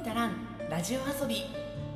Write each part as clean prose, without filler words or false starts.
足らんラジオ遊び。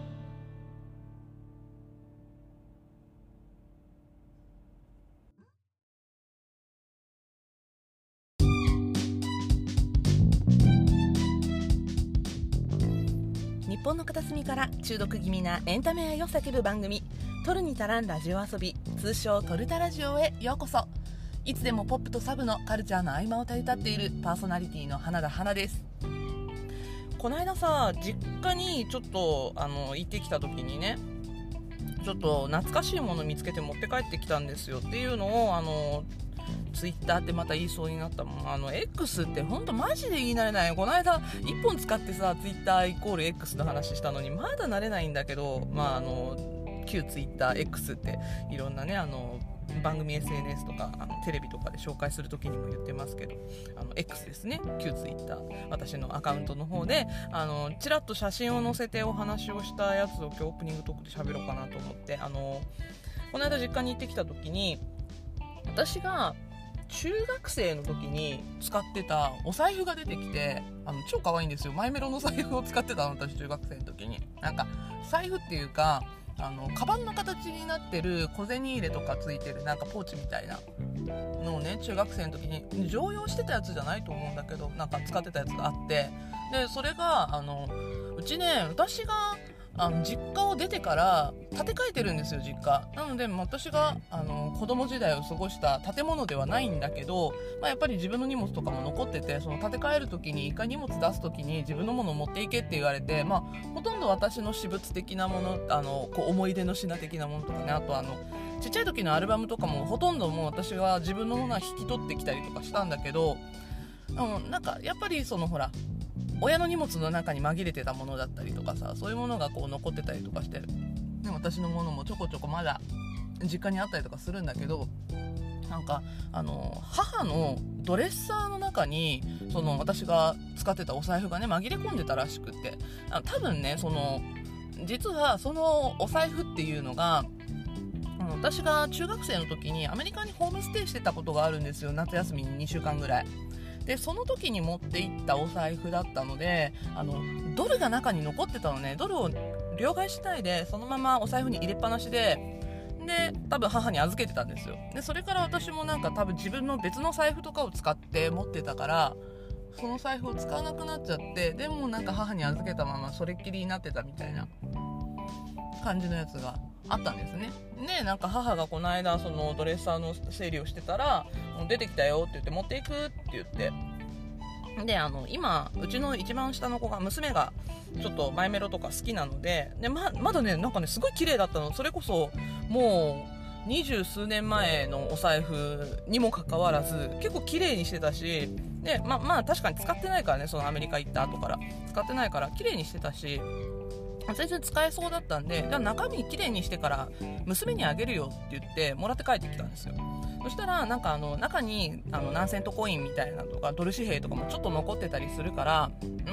日本の片隅から中毒気味なエンタメ愛を叫ぶ番組、トルに足らんラジオ遊び、通称トルタラジオへようこそ。いつでもポップとサブのカルチャーの合間を旅立っているパーソナリティの花田花です。この間さ、実家にちょっと行ってきた時にね、ちょっと懐かしいもの見つけて持って帰ってきたんですよっていうのをツイッターってまた言いそうになったもん。X ってほんとマジで言い慣れない。この間1本使ってさ、ツイッターイコール X の話したのにまだ慣れないんだけど、旧ツイッター X っていろんなね番組 SNS とかテレビとかで紹介するときにも言ってますけど、X ですね、旧ツイッター、私のアカウントの方でちらっと写真を載せてお話をしたやつを今日オープニングトークで喋ろうかなと思って、この間実家に行ってきたときに、私が中学生の時に使ってたお財布が出てきて、超可愛いんですよ。マイメロの財布を使ってたの、私中学生の時に。なんか財布っていうかカバンの形になってる小銭入れとかついてるなんかポーチみたいなのをね、中学生の時に常用してたやつじゃないと思うんだけど、なんか使ってたやつがあって、でそれがうちね、私が実家を出てから建て替えてるんですよ、実家なので。私が子供時代を過ごした建物ではないんだけど、やっぱり自分の荷物とかも残ってて、その建て替える時に一回荷物出す時に自分のものを持っていけって言われて、ほとんど私の私物的なもの、思い出の品的なものとかね、あとちっちゃい時のアルバムとかもほとんどもう私は自分のものは引き取ってきたりとかしたんだけど、なんかやっぱりほら親の荷物の中に紛れてたものだったりとかさ、そういうものがこう残ってたりとかして、で私のものもちょこちょこまだ実家にあったりとかするんだけど、なんか母のドレッサーの中に私が使ってたお財布がね紛れ込んでたらしくて、多分ね実はそのお財布っていうのが私が中学生の時にアメリカにホームステイしてたことがあるんですよ。夏休みに2週間ぐらいで、その時に持って行ったお財布だったので、ドルが中に残ってたのね。ドルを両替しないでそのままお財布に入れっぱなしで多分母に預けてたんですよ。でそれから私もなんか多分自分の別の財布とかを使って持ってたから、その財布を使わなくなっちゃって、でもなんか母に預けたままそれっきりになってたみたいな感じのやつがあったんですね。でなんか母がこの間そのドレッサーの整理をしてたら、出てきたよって言って持っていくって言って、で今うちの一番下の子が、娘がちょっとマイメロとか好きなので、まだねなんかねすごい綺麗だったの。それこそもう20数年前のお財布にもかかわらず結構綺麗にしてたし、で確かに使ってないからね、そのアメリカ行った後から使ってないから綺麗にしてたし、全然使えそうだったんで、じゃあ中身きれいにしてから娘にあげるよって言ってもらって帰ってきたんですよ。そしたらなんか中に何セントコインみたいなのとかドル紙幣とかもちょっと残ってたりするから、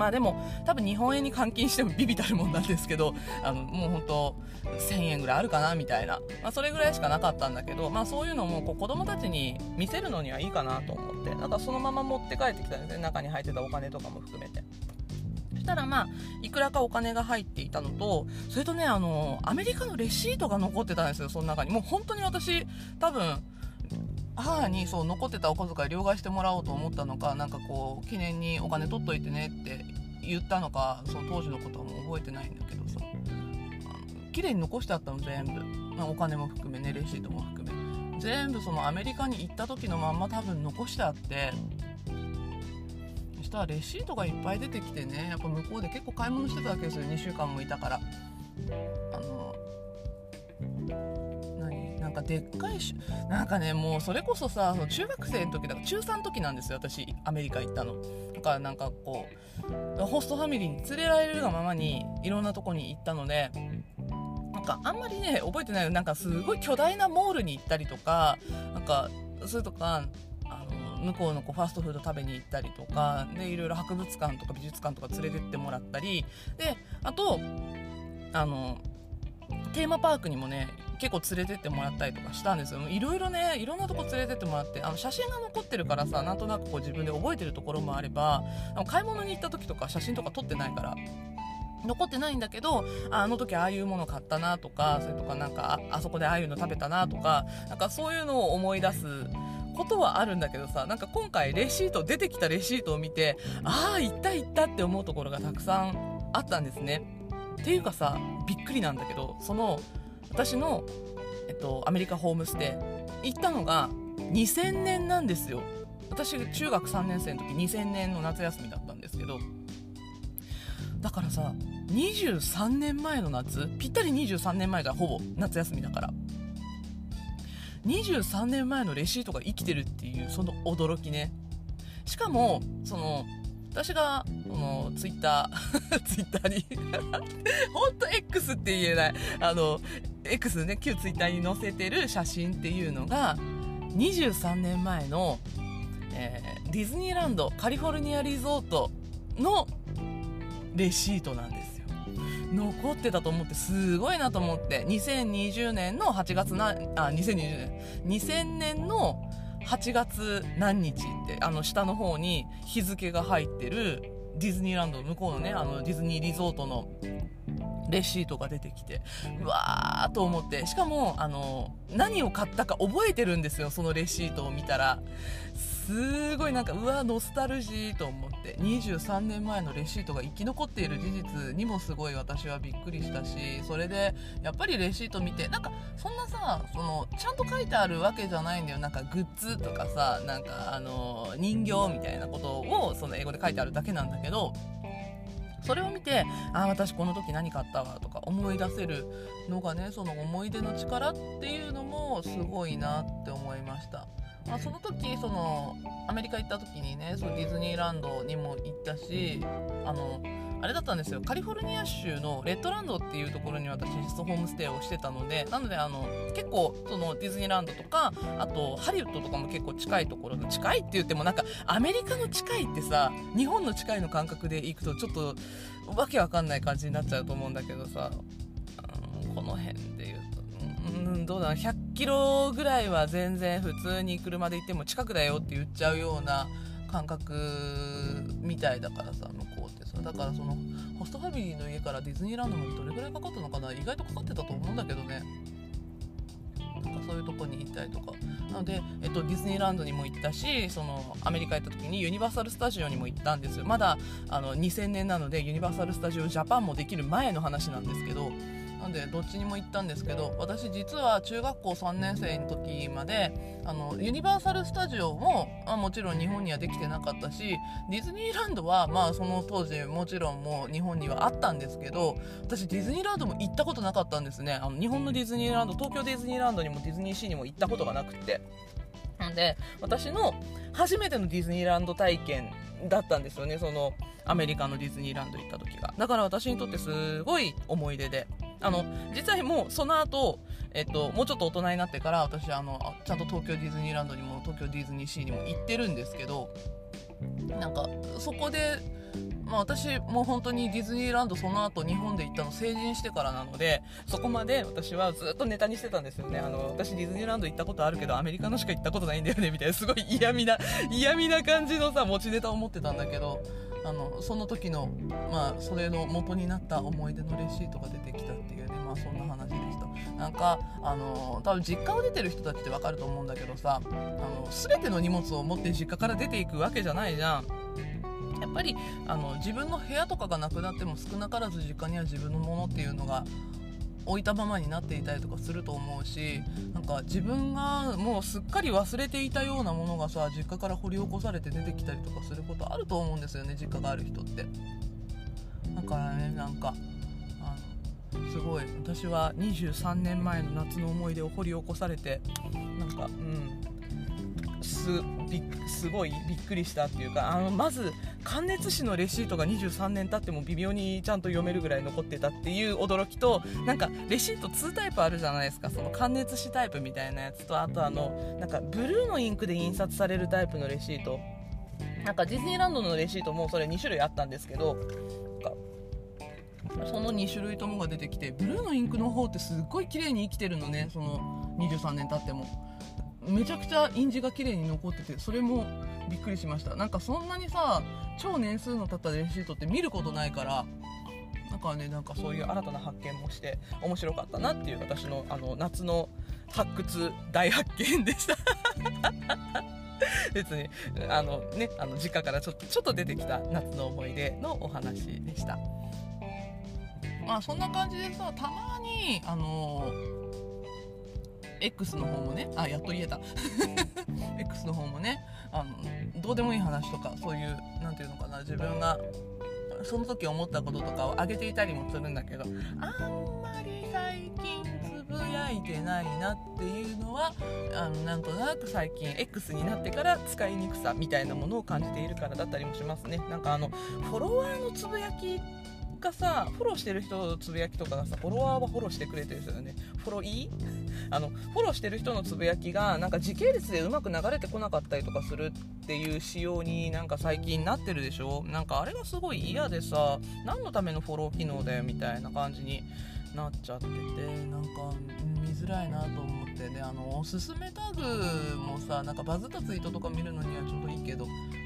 でも多分日本円に換金してもビビたるもんなんですけど、もうほんと1000円ぐらいあるかなみたいな、それぐらいしかなかったんだけど、そういうのも子供たちに見せるのにはいいかなと思って、なんかそのまま持って帰ってきたんですね、中に入ってたお金とかも含めて。そしたらいくらかお金が入っていたのと、それとねアメリカのレシートが残ってたんですよ、その中に。もう本当に私多分母に残ってたお小遣い両替してもらおうと思ったのか、なんかこう記念にお金取っといてねって言ったのか、その当時のことはもう覚えてないんだけどさ、綺麗に残してあったの全部、お金も含めね、レシートも含め全部そのアメリカに行った時のまんま多分残してあって、そしたらレシートがいっぱい出てきてね、やっぱ向こうで結構買い物してたわけですよ、2週間もいたから。なんかでっかいなんかね、もうそれこそさ、中学生の時だから中3の時なんですよ、私アメリカ行ったの。だからなんかこうホストファミリーに連れられるがままにいろんなとこに行ったので、なんかあんまりね覚えてないよ。なんかすごい巨大なモールに行ったりとか、なんかそれとか向こうのファストフード食べに行ったりとかで、いろいろ博物館とか美術館とか連れてってもらったりで、あとテーマパークにもね結構連れてってもらったりとかしたんですよ。いろいろね、いろんなとこ連れてってもらって、写真が残ってるからさ、なんとなくこう自分で覚えてるところもあれば、買い物に行った時とか写真とか撮ってないから残ってないんだけど、あの時ああいうもの買ったなとか、それとかなんか あそこでああいうの食べたなとか、なんかそういうのを思い出すことはあるんだけどさ、なんか今回出てきたレシートを見て、ああ行ったって思うところがたくさんあったんですね。っていうかさ、びっくりなんだけど、その私の、アメリカホームステイ行ったのが2000年なんですよ。私中学3年生の時2000年の夏休みだったんですけど、だからさ23年前の夏、ぴったり23年前じゃん、ほぼ夏休みだから23年前のレシートが生きてるっていうその驚きね。しかもその私がこのツイッターにほんと X って言えないX ね、旧ツイッターに載せてる写真っていうのが23年前の、ディズニーランドカリフォルニアリゾートのレシートなんですよ。残ってたと思ってすごいなと思って、2020年の8月2000年の8月何日って下の方に日付が入ってるディズニーランド向こうのねディズニーリゾートのレシートが出てきて、うわーと思って、しかも何を買ったか覚えてるんですよ。そのレシートを見たらすごいなんかうわノスタルジーと思って、23年前のレシートが生き残っている事実にもすごい私はびっくりしたし、それでやっぱりレシート見て、なんかそんなさちゃんと書いてあるわけじゃないんだよ。なんかグッズとかさ、なんか人形みたいなことをその英語で書いてあるだけなんだけど、それを見て私この時何買ったわとか思い出せるのがね、その思い出の力っていうのもすごいなって思いました。その時アメリカ行った時にね、ディズニーランドにも行ったし、あれだったんですよ、カリフォルニア州のレッドランドっていうところに私ホームステイをしてたので、なので結構そのディズニーランドとか、あとハリウッドとかも結構近いところで、近いって言ってもなんかアメリカの近いってさ、日本の近いの感覚で行くとちょっとわけわかんない感じになっちゃうと思うんだけどさ、この辺で言うとどうだろう、100キロぐらいは全然普通に車で行っても近くだよって言っちゃうような感覚みたいだからさ、向こうってさ、だからそのホストファミリーの家からディズニーランドまでどれぐらいかかったのかな、意外とかかってたと思うんだけどね。なんかそういうとこに行ったりとかなので、ディズニーランドにも行ったし、そのアメリカ行った時にユニバーサルスタジオにも行ったんですよ。まだ2000年なのでユニバーサルスタジオジャパンもできる前の話なんですけど、なんでどっちにも行ったんですけど、私実は中学校3年生の時までユニバーサル・スタジオも、もちろん日本にはできてなかったし、ディズニーランドはその当時もちろんもう日本にはあったんですけど、私ディズニーランドも行ったことなかったんですね。日本のディズニーランド、東京ディズニーランドにもディズニーシーにも行ったことがなくて、なんで私の初めてのディズニーランド体験だったんですよね、そのアメリカのディズニーランド行った時が。だから私にとってすごい思い出で、実際もうその後、もうちょっと大人になってから私ちゃんと東京ディズニーランドにも東京ディズニーシーにも行ってるんですけど、なんかそこで、私もう本当にディズニーランドその後日本で行ったの成人してからなので、そこまで私はずっとネタにしてたんですよね。私ディズニーランド行ったことあるけどアメリカのしか行ったことないんだよねみたいな、すごい嫌味な感じのさ持ちネタを持ってたんだけど、その時のそれの元になった思い出のレシートが出てきたっていうね、そんな話でした。なんか多分実家を出てる人たちってわかると思うんだけどさ、全ての荷物を持って実家から出ていくわけじゃないじゃん。やっぱり自分の部屋とかがなくなっても少なからず実家には自分のものっていうのが置いたままになっていたりとかすると思うし、なんか自分がもうすっかり忘れていたようなものがさ、実家から掘り起こされて出てきたりとかすることあると思うんですよね、実家がある人って。だからね、なんかすごい私は23年前の夏の思い出を掘り起こされて、なんかすごいびっくりしたっていうか、まず関熱紙のレシートが23年経っても微妙にちゃんと読めるぐらい残ってたっていう驚きと、なんかレシート2タイプあるじゃないですか、その関熱紙タイプみたいなやつと、あとなんかブルーのインクで印刷されるタイプのレシート、なんかディズニーランドのレシートもそれ2種類あったんですけど、その2種類ともが出てきて、ブルーのインクの方ってすっごい綺麗に生きてるのね、その23年経ってもめちゃくちゃ印字が綺麗に残ってて、それもびっくりしました。なんかそんなにさ超年数の経ったレシートって見ることないから、 だからね、なんかそういう新たな発見もして面白かったなっていう私の夏の発掘大発見でした別に実家からちょっと出てきた夏の思い出のお話でした。まあそんな感じでさ、たまにX の方もね、やっと言えたX の方もね、どうでもいい話とか、そういうなんていうのかな、自分がその時思ったこととかを上げていたりもするんだけど、あんまり最近つぶやいてないなっていうのはなんとなく最近 X になってから使いにくさみたいなものを感じているからだったりもしますね。なんかフォロワーのつぶやきがさ、フォローしてる人のつぶやきとかがさ、フォロワーはフォローしてくれてるんですよね。フォローしてる人のつぶやきがなんか時系列でうまく流れてこなかったりとかするっていう仕様になんか最近なってるでしょ。なんかあれがすごい嫌でさ、何のためのフォロー機能だよみたいな感じになっちゃってて、なんか見づらいなと思ってね、おすすめタグもさ、なんかバズったツイートとか見るのにはちょうどいいけど、なんか、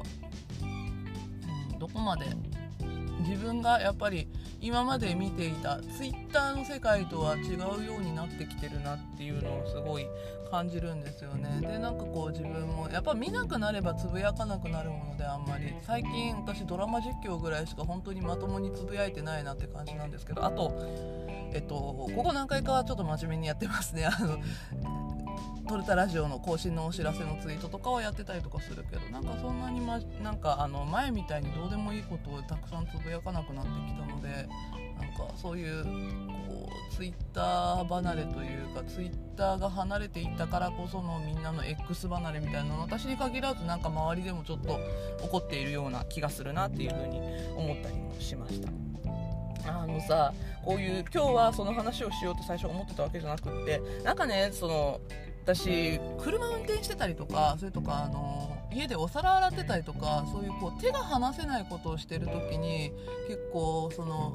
どこまで自分がやっぱり今まで見ていたツイッターの世界とは違うようになってきてるなっていうのをすごい感じるんですよね。でなんかこう自分もやっぱ見なくなればつぶやかなくなるもので、あんまり最近私ドラマ実況ぐらいしか本当にまともにつぶやいてないなって感じなんですけど、あとここ何回かちょっと真面目にやってますね。トルタラジオの更新のお知らせのツイートとかはやってたりとかするけど、なんかそんなに、なんか前みたいにどうでもいいことをたくさんつぶやかなくなってきたので、なんかそういうツイッター離れというか、ツイッターが離れていったからこそのみんなの X 離れみたいなの、私に限らずなんか周りでもちょっと起こっているような気がするなっていう風に思ったりもしました。さ、こういう今日はその話をしようって最初思ってたわけじゃなくって、なんかね、私車運転してたりとか、それとか家でお皿洗ってたりとか、そういう手が離せないことをしてる時に結構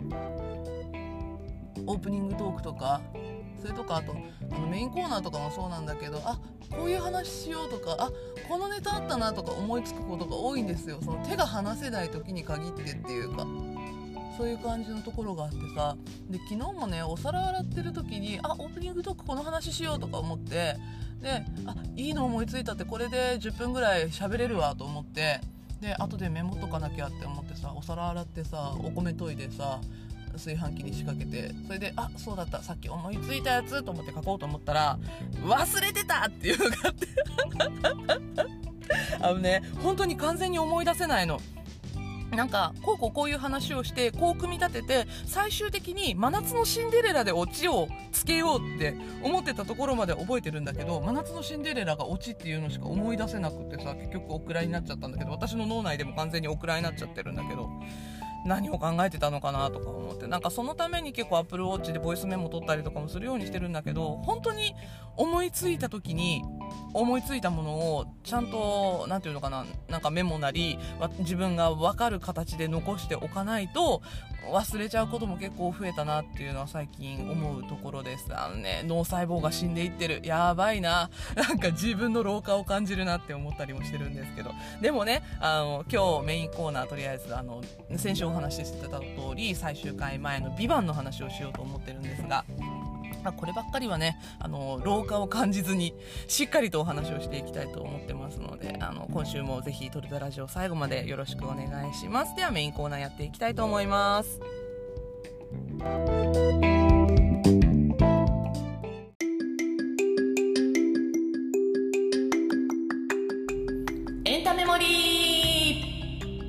オープニングトークとか、それとかあとメインコーナーとかもそうなんだけど、こういう話しようとか、このネタあったなとか思いつくことが多いんですよ。その手が離せない時に限ってっていうか、そういう感じのところがあってさ、で昨日もね、お皿洗ってる時にオープニングトークこの話しようとか思って、でいいの思いついたって、これで10分ぐらい喋れるわと思って、で後でメモとかなきゃって思ってさ、お皿洗ってさ、お米研いでさ、炊飯器に仕掛けて、それでそうだった、さっき思いついたやつと思って書こうと思ったら忘れてたっていうのがあって本当に完全に思い出せないの。なんかこういう話をしてこう組み立てて、最終的に真夏のシンデレラでオチをつけようって思ってたところまで覚えてるんだけど、真夏のシンデレラがオチっていうのしか思い出せなくてさ、結局オクラになっちゃったんだけど、私の脳内でも完全にオクラになっちゃってるんだけど、何を考えてたのかなとか思って、なんかそのために結構 Apple Watch でボイスメモ取ったりとかもするようにしてるんだけど、本当に思いついた時に思いついたものをちゃんとなんていうのかな、なんかメモなり自分が分かる形で残しておかないと忘れちゃうことも結構増えたなっていうのは最近思うところです。脳細胞が死んでいってる、やばいな、なんか自分の老化を感じるなって思ったりもしてるんですけど、でもね、今日メインコーナーとりあえず先週お話ししてた通り最終回前のビバンの話をしようと思ってるんですが、こればっかりはね、老化を感じずにしっかりとお話をしていきたいと思ってますので、今週もぜひトルタラジオ最後までよろしくお願いします。ではメインコーナーやっていきたいと思います。エンタメモリー。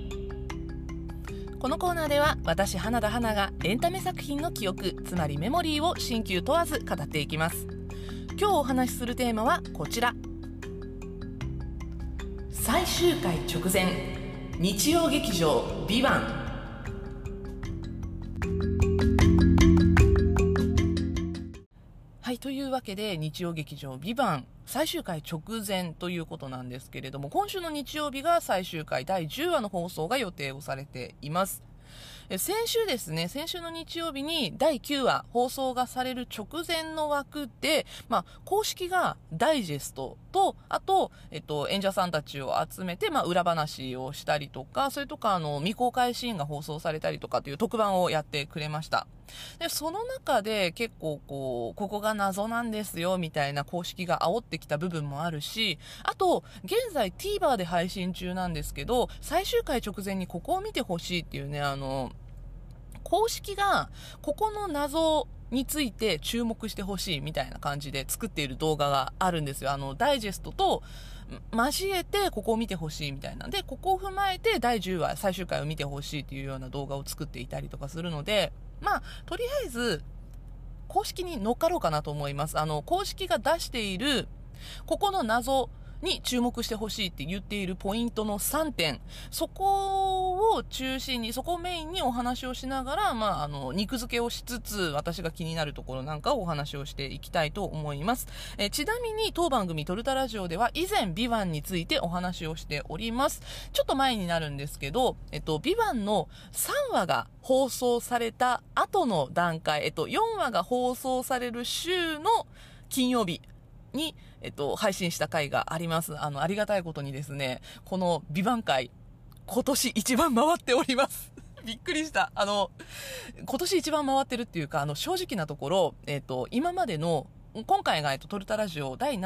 このコーナーでは私花田花がエンタメ作品の記憶、つまりメモリーを新旧問わず語っていきます。今日お話しするテーマはこちら。最終回直前、日曜劇場ビバン。はい、というわけで日曜劇場ビバン最終回直前ということなんですけれども、今週の日曜日が最終回第10話の放送が予定をされています。先週の日曜日に第9話放送がされる直前の枠で、公式がダイジェストと、あと、演者さんたちを集めて、裏話をしたりとか、それとか、未公開シーンが放送されたりとかという特番をやってくれました。で、その中で結構ここが謎なんですよ、みたいな公式が煽ってきた部分もあるし、あと、現在 TVer で配信中なんですけど、最終回直前にここを見てほしいっていうね、公式が、ここの謎について注目してほしいみたいな感じで作っている動画があるんですよ。ダイジェストと交えてここを見てほしいみたいな。で、ここを踏まえて第10話最終回を見てほしいというような動画を作っていたりとかするので、とりあえず、公式に乗っかろうかなと思います。公式が出している、ここの謎に注目してほしいって言っているポイントの3点、そこを中心に、そこをメインにお話をしながら、肉付けをしつつ、私が気になるところなんかをお話をしていきたいと思います。ちなみに当番組トルタラジオでは以前ビバンについてお話をしております。ちょっと前になるんですけど、ビバンの3話が放送された後の段階、4話が放送される週の金曜日に、配信した回があります。ありがたいことにですね、このビバン回、今年一番回っております。びっくりした。今年一番回ってるっていうか、正直なところ、今までの、今回が、トルタラジオ第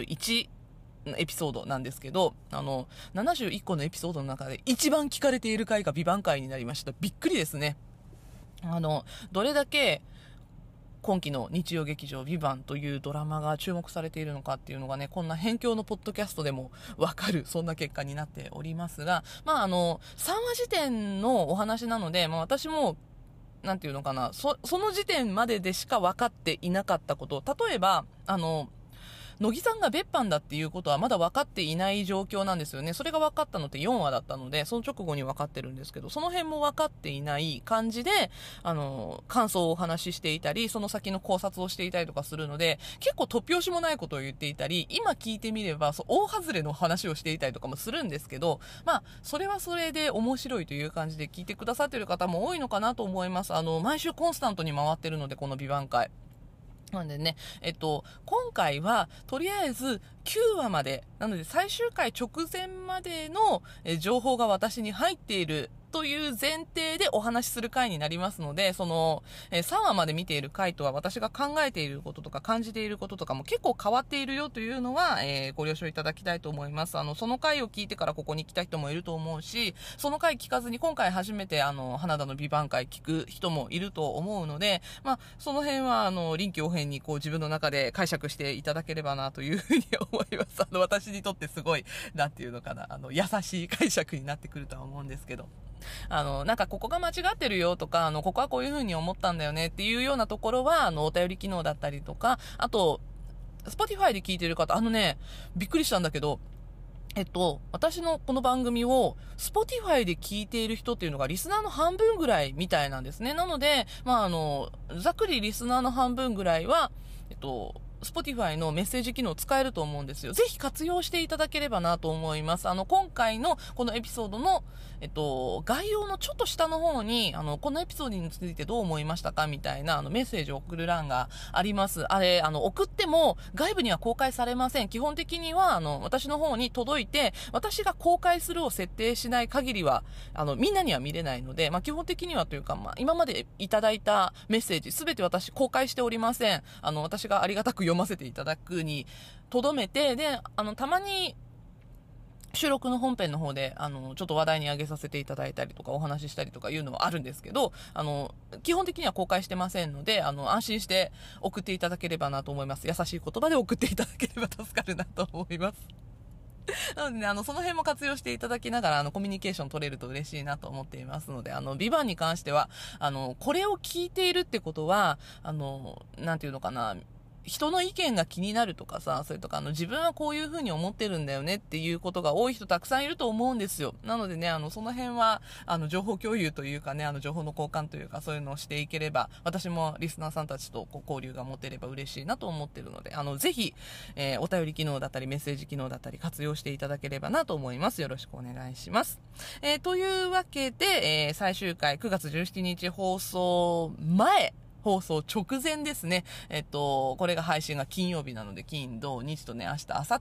71エピソードなんですけど、71個のエピソードの中で一番聞かれている回がビバン回になりました。びっくりですね。どれだけ、今期の日曜劇場ビバンというドラマが注目されているのかっていうのがね、こんな辺境のポッドキャストでもわかる、そんな結果になっておりますが、3話時点のお話なので、私も、なんていうのかな、その時点まででしか分かっていなかったこと、例えば、乃木さんが別班だっていうことはまだ分かっていない状況なんですよね。それが分かったのって4話だったので、その直後に分かってるんですけど、その辺も分かっていない感じで、感想をお話ししていたり、その先の考察をしていたりとかするので、結構突拍子もないことを言っていたり、今聞いてみれば、大外れの話をしていたりとかもするんですけど、それはそれで面白いという感じで聞いてくださっている方も多いのかなと思います。毎週コンスタントに回ってるので、このビバン会。なんでね、今回は、とりあえず9話まで、なので最終回直前までの情報が私に入っているという前提でお話しする回になりますので、3話まで見ている回とは私が考えていることとか感じていることとかも結構変わっているよというのは、ご了承いただきたいと思います。その回を聞いてからここに来た人もいると思うし、その回聞かずに今回初めて花田の美版回聞く人もいると思うので、その辺は臨機応変に自分の中で解釈していただければなというふうに思います。私にとってすごい、なんていうのかな、優しい解釈になってくるとは思うんですけど。なんかここが間違ってるよとか、ここはこういう風に思ったんだよねっていうようなところは、お便り機能だったりとか、あと、Spotify で聞いてる方、びっくりしたんだけど、私のこの番組を Spotify で聞いている人っていうのがリスナーの半分ぐらいみたいなんですね。なので、ざっくりリスナーの半分ぐらいは、Spotify のメッセージ機能を使えると思うんですよ。ぜひ活用していただければなと思います。今回のこのエピソードの、概要のちょっと下の方に、このエピソードについてどう思いましたかみたいな、メッセージを送る欄があります。あれ、送っても外部には公開されません。基本的には、私の方に届いて、私が公開するを設定しない限りは、みんなには見れないので、基本的にはというか、今までいただいたメッセージ、すべて私公開しておりません。私がありがたく読ませていただくにとどめて、で、たまに収録の本編の方で、ちょっと話題に上げさせていただいたりとか、お話ししたりとかいうのはあるんですけど、基本的には公開してませんので、安心して送っていただければなと思います。優しい言葉で送っていただければ助かるなと思います。なのでね、その辺も活用していただきながら、コミュニケーション取れると嬉しいなと思っていますので、ビバンに関しては、これを聞いているってことは、なんていうのかな、人の意見が気になるとかさ、それとか自分はこういう風に思ってるんだよねっていうことが多い人たくさんいると思うんですよ。なのでね、その辺は、情報共有というかね、情報の交換というか、そういうのをしていければ、私もリスナーさんたちと交流が持てれば嬉しいなと思ってるので、ぜひ、お便り機能だったり、メッセージ機能だったり、活用していただければなと思います。よろしくお願いします。というわけで、最終回9月17日放送前、放送直前ですね。これが配信が金曜日なので、金、土、日とね、明日、明後日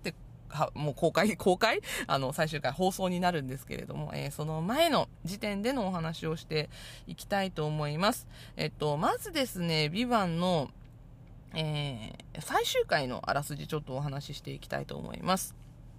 もう公開最終回放送になるんですけれども、その前の時点でのお話をしていきたいと思います。まずですね、ビバンの、最終回のあらすじちょっとお話ししていきたいと思います。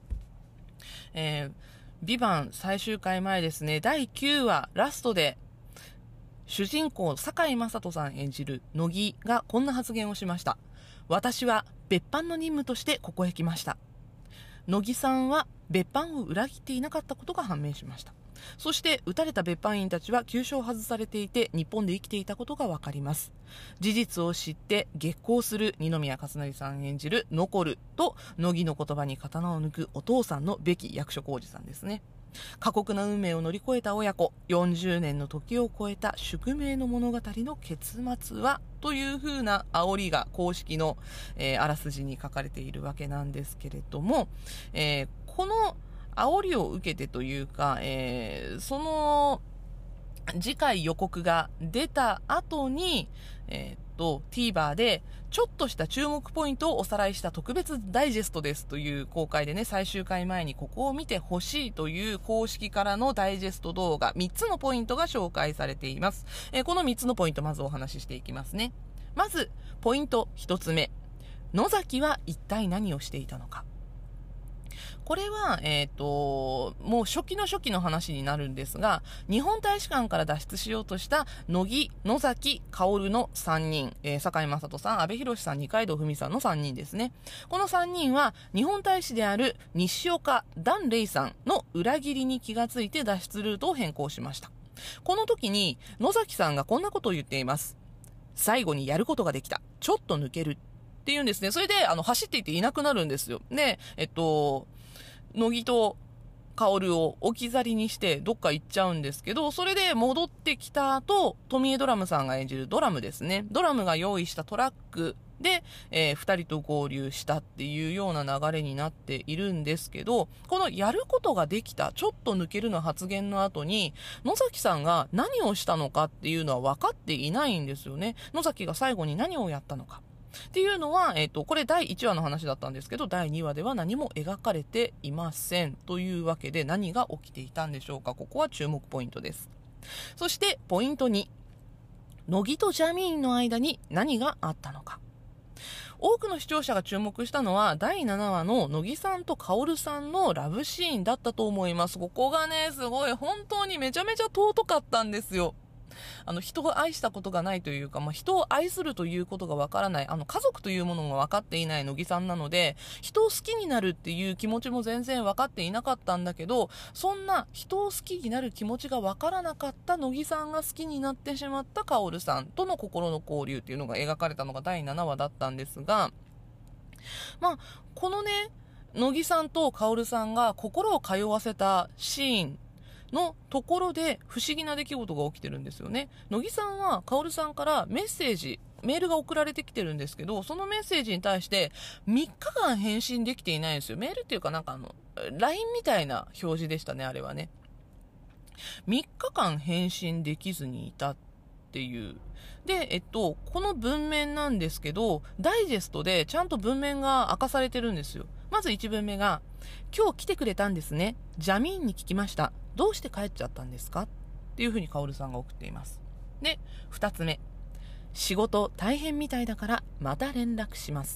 ビバン最終回前ですね、第9話ラストで主人公堺雅人さん演じる乃木がこんな発言をしました。私は別班の任務としてここへ来ました。乃木さんは別班を裏切っていなかったことが判明しました。そして撃たれた別班員たちは急所を外されていて日本で生きていたことがわかります。事実を知って激高する二宮和也さん演じるノコルと乃木の言葉に刀を抜くお父さんのベキ役所広司さんですね。過酷な運命を乗り越えた親子、40年の時を超えた宿命の物語の結末はという風な煽りが公式の、あらすじに書かれているわけなんですけれども、この煽りを受けてというか、その次回予告が出た後に、TVer でちょっとした注目ポイントをおさらいした特別ダイジェストですという公開でね、最終回前にここを見てほしいという公式からのダイジェスト動画3つのポイントが紹介されています。この3つのポイントまずお話ししていきますね。まずポイント1つ目、野崎は一体何をしていたのか。これは、もう初期の話になるんですが、日本大使館から脱出しようとした乃木、野崎、薫の3人、堺雅人さん、阿部寛さん、二階堂ふみさんの3人ですね。この3人は日本大使である西岡檀れいさんの裏切りに気がついて脱出ルートを変更しました。この時に野崎さんがこんなことを言っています。最後にやることができた。ちょっと抜ける。っていうんですね。それで走っていっていなくなるんですよ。で、乃木と薫を置き去りにしてどっか行っちゃうんですけど、それで戻ってきた後、富江ドラムさんが演じるドラムですね。ドラムが用意したトラックで、2人と合流したっていうような流れになっているんですけど、このやることができた、ちょっと抜けるの発言の後に、野崎さんが何をしたのかっていうのは分かっていないんですよね。野崎が最後に何をやったのか。っていうのは、これ第1話の話だったんですけど、第2話では何も描かれていません。というわけで何が起きていたんでしょうか。ここは注目ポイントです。そしてポイント2、乃木とジャミーンの間に何があったのか。多くの視聴者が注目したのは第7話の乃木さんと薫さんのラブシーンだったと思います。ここがね、すごい本当にめちゃめちゃ尊かったんですよ。人を愛したことがないというか、人を愛するということがわからない、家族というものが分かっていない乃木さんなので、人を好きになるっていう気持ちも全然分かっていなかったんだけど、そんな人を好きになる気持ちが分からなかった乃木さんが好きになってしまった薫さんとの心の交流っていうのが描かれたのが第7話だったんですが、このね、乃木さんと薫さんが心を通わせたシーンのところで不思議な出来事が起きてるんですよね。乃木さんは薫さんからメールが送られてきてるんですけど、そのメッセージに対して3日間返信できていないんですよ。メールっていうかLINE みたいな表示でしたね、あれはね。3日間返信できずにいたっていう。で、この文面なんですけど、ダイジェストでちゃんと文面が明かされてるんですよ。まず1文目が、今日来てくれたんですね。ジャミーンに聞きました。どうして帰っちゃったんですかっていうふうに薫さんが送っています。で、2つ目。仕事大変みたいだからまた連絡します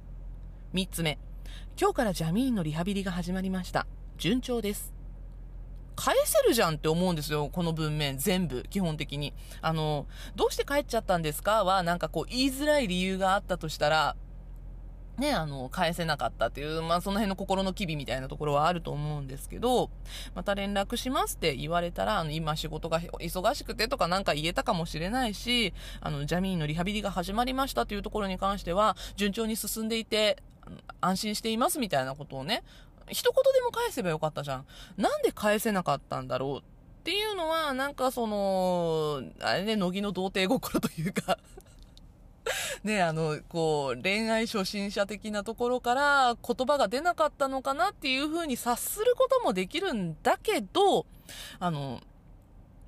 。3つ目。今日からジャミーンのリハビリが始まりました。順調です。返せるじゃんって思うんですよ、この文面全部基本的に。どうして帰っちゃったんですかは言いづらい理由があったとしたらね、返せなかったっていう、その辺の心の機微みたいなところはあると思うんですけど、また連絡しますって言われたら、今仕事が忙しくてとか言えたかもしれないし、ジャミーンのリハビリが始まりましたというところに関しては、順調に進んでいて、安心していますみたいなことをね、一言でも返せばよかったじゃん。なんで返せなかったんだろうっていうのは、あれね、乃木の童貞心というか、ね、恋愛初心者的なところから言葉が出なかったのかなっていう風に察することもできるんだけど、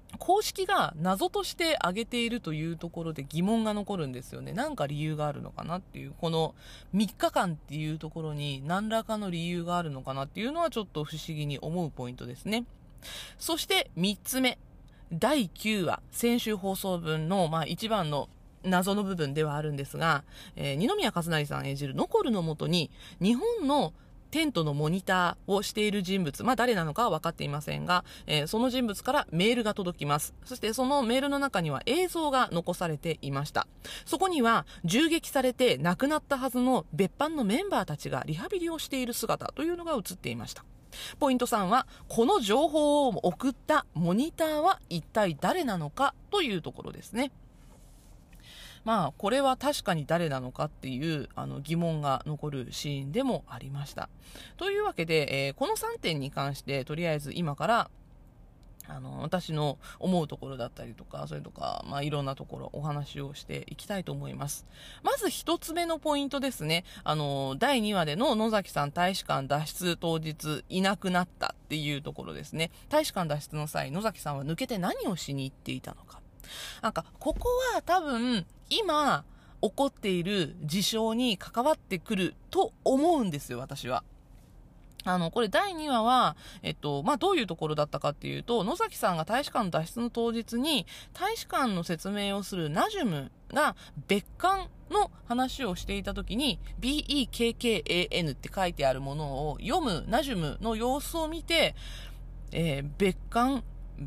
公式が謎として挙げているというところで疑問が残るんですよね。なんか理由があるのかなっていう、この3日間っていうところに何らかの理由があるのかなっていうのはちょっと不思議に思うポイントですね。そして3つ目、第9話、先週放送分の、一番の謎の部分ではあるんですが、二宮和也さん演じるノコルのもとに日本のテントのモニターをしている人物、誰なのかは分かっていませんが、その人物からメールが届きます。そしてそのメールの中には映像が残されていました。そこには銃撃されて亡くなったはずの別班のメンバーたちがリハビリをしている姿というのが映っていました。ポイント3は、この情報を送ったモニターは一体誰なのかというところですね。これは確かに誰なのかっていう疑問が残るシーンでもありました。というわけで、この3点に関してとりあえず今から私の思うところだったりとか、それとか、いろんなところお話をしていきたいと思います。まず一つ目のポイントですね。第2話での野崎さん大使館脱出当日いなくなったっていうところですね。大使館脱出の際、野崎さんは抜けて何をしに行っていたのか。ここは多分、今起こっている事象に関わってくると思うんですよ、私は。これ第2話は、どういうところだったかっていうと、野崎さんが大使館の脱出の当日に、大使館の説明をするナジュムが別館の話をしていたときに、BEKKAN って書いてあるものを読むナジュムの様子を見て、別館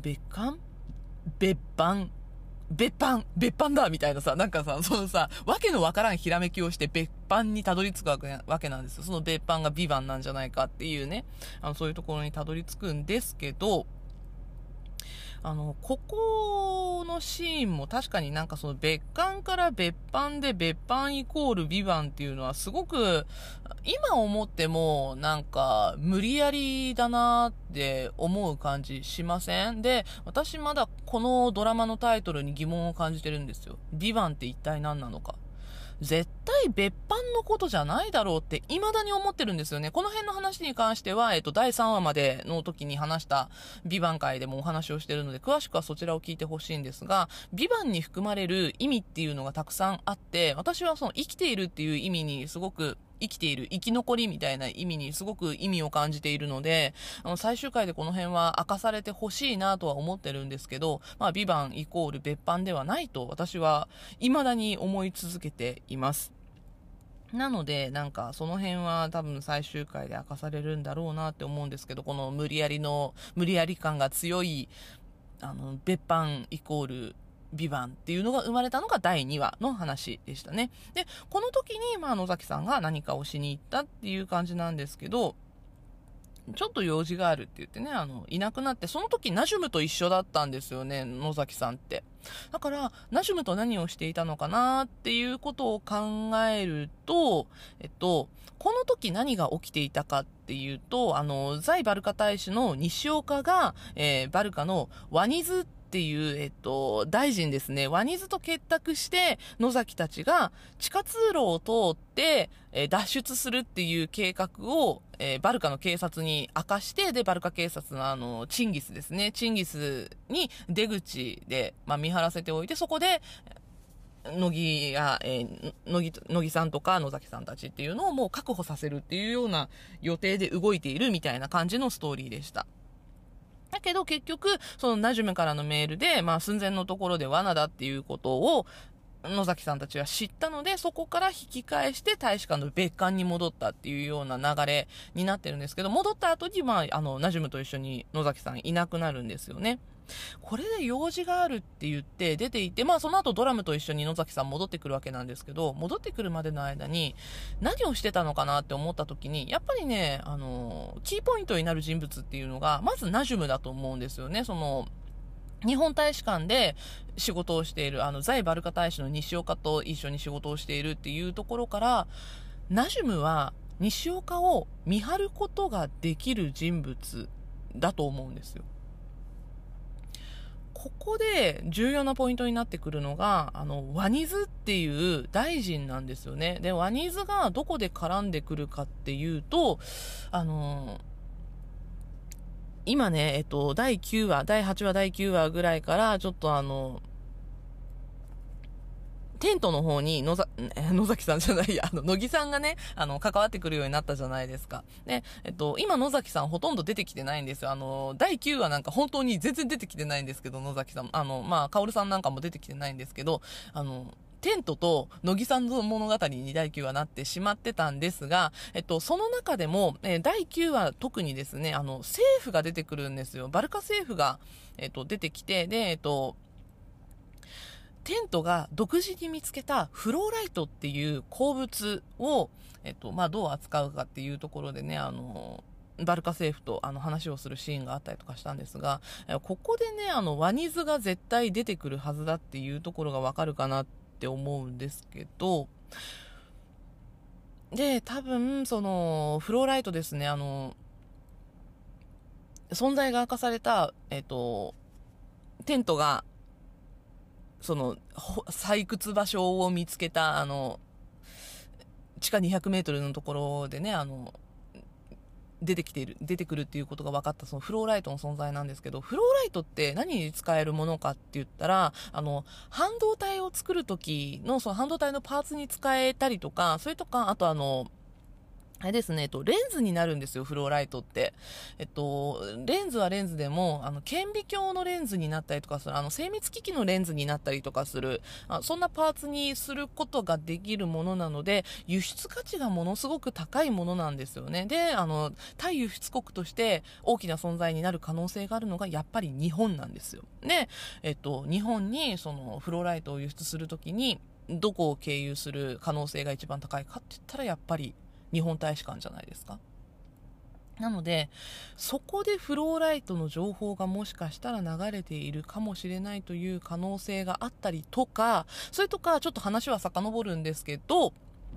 別班だみたいなさ、そのさ、わけのわからんひらめきをして別班にたどり着くわけなんですよ。その別班がビバンなんじゃないかっていうね、そういうところにたどり着くんですけど、ここのシーンも確かにその別館から別班で別班イコールビバンっていうのはすごく今思っても無理やりだなって思う感じしません？で、私まだこのドラマのタイトルに疑問を感じてるんですよ。ビバンって一体何なのか。絶対別班のことじゃないだろうって未だに思ってるんですよね。この辺の話に関しては、第3話までの時に話したビバン会でもお話をしてるので、詳しくはそちらを聞いてほしいんですが、ビバンに含まれる意味っていうのがたくさんあって、私はその生きているっていう意味にすごく生きている、生き残りみたいな意味にすごく意味を感じているので、最終回でこの辺は明かされてほしいなとは思ってるんですけど、ビバンイコール別班ではないと私は未だに思い続けています。なので、その辺は多分最終回で明かされるんだろうなって思うんですけど、この無理やり感が強い、別班イコールビバンっていうのが生まれたのが第2話の話でしたね。で、この時に、野崎さんが何かをしに行ったっていう感じなんですけど、ちょっと用事があるって言ってね、いなくなって、その時ナジュムと一緒だったんですよね、野崎さんって。だから、ナジュムと何をしていたのかなっていうことを考えると、この時何が起きていたかっていうと、在バルカ大使の西岡が、バルカのワニズっていう、大臣ですね。ワニズと結託して、野崎たちが地下通路を通って、脱出するっていう計画を、バルカの警察に明かして、で、バルカ警察のチンギスですね。チンギスに出口で、見張らせておいて、そこで、乃木さんとか野崎さんたちっていうのをもう確保させるっていうような予定で動いているみたいな感じのストーリーでした。だけど結局、そのナジュムからのメールで、寸前のところで罠だっていうことを、野崎さんたちは知ったので、そこから引き返して大使館の別館に戻ったっていうような流れになってるんですけど、戻った後に、ナジュムと一緒に野崎さんいなくなるんですよね。これで用事があるって言って出ていて、その後ドラムと一緒に野崎さん戻ってくるわけなんですけど、戻ってくるまでの間に何をしてたのかなって思った時に、やっぱりね、キーポイントになる人物っていうのが、まずナジュムだと思うんですよね。その、日本大使館で仕事をしている、在バルカ大使の西岡と一緒に仕事をしているっていうところから、ナジュムは西岡を見張ることができる人物だと思うんですよ。ここで重要なポイントになってくるのが、ワニズっていう大臣なんですよね。で、ワニズがどこで絡んでくるかっていうと、 今ね、第9話、第8話、第9話ぐらいから、ちょっとテントの方に野崎さんじゃないや、乃木さんがね、関わってくるようになったじゃないですか。で、今野崎さんほとんど出てきてないんですよ。第9話なんか本当に全然出てきてないんですけど、野崎さん。薫さんなんかも出てきてないんですけど、テントと乃木さんの物語に第9話なってしまってたんですが、その中でも、第9話特にですね、政府が出てくるんですよ。バルカ政府が、出てきて、で、テントが独自に見つけたフローライトっていう鉱物を、どう扱うかっていうところでね、バルカ政府と話をするシーンがあったりとかしたんですが、ここでね、ワニズが絶対出てくるはずだっていうところがわかるかなって思うんですけど、で、多分、その、フローライトですね、存在が明かされた、テントが、その、採掘場所を見つけた、地下200メートルのところでね、出てくるっていうことが分かったそのフローライトの存在なんですけど、フローライトって何に使えるものかって言ったら、半導体を作る時のその半導体のパーツに使えたりとか、それとか、あとあれですね、レンズになるんですよ、フローライトって。レンズはレンズでも、顕微鏡のレンズになったりとかする、精密機器のレンズになったりとかする、そんなパーツにすることができるものなので、輸出価値がものすごく高いものなんですよね。で、対輸出国として大きな存在になる可能性があるのが、やっぱり日本なんですよ。で、日本にそのフローライトを輸出するときに、どこを経由する可能性が一番高いかって言ったら、やっぱり、日本大使館じゃないですか。なので、そこでフローライトの情報がもしかしたら流れているかもしれないという可能性があったりとか、それとか、ちょっと話は遡るんですけど、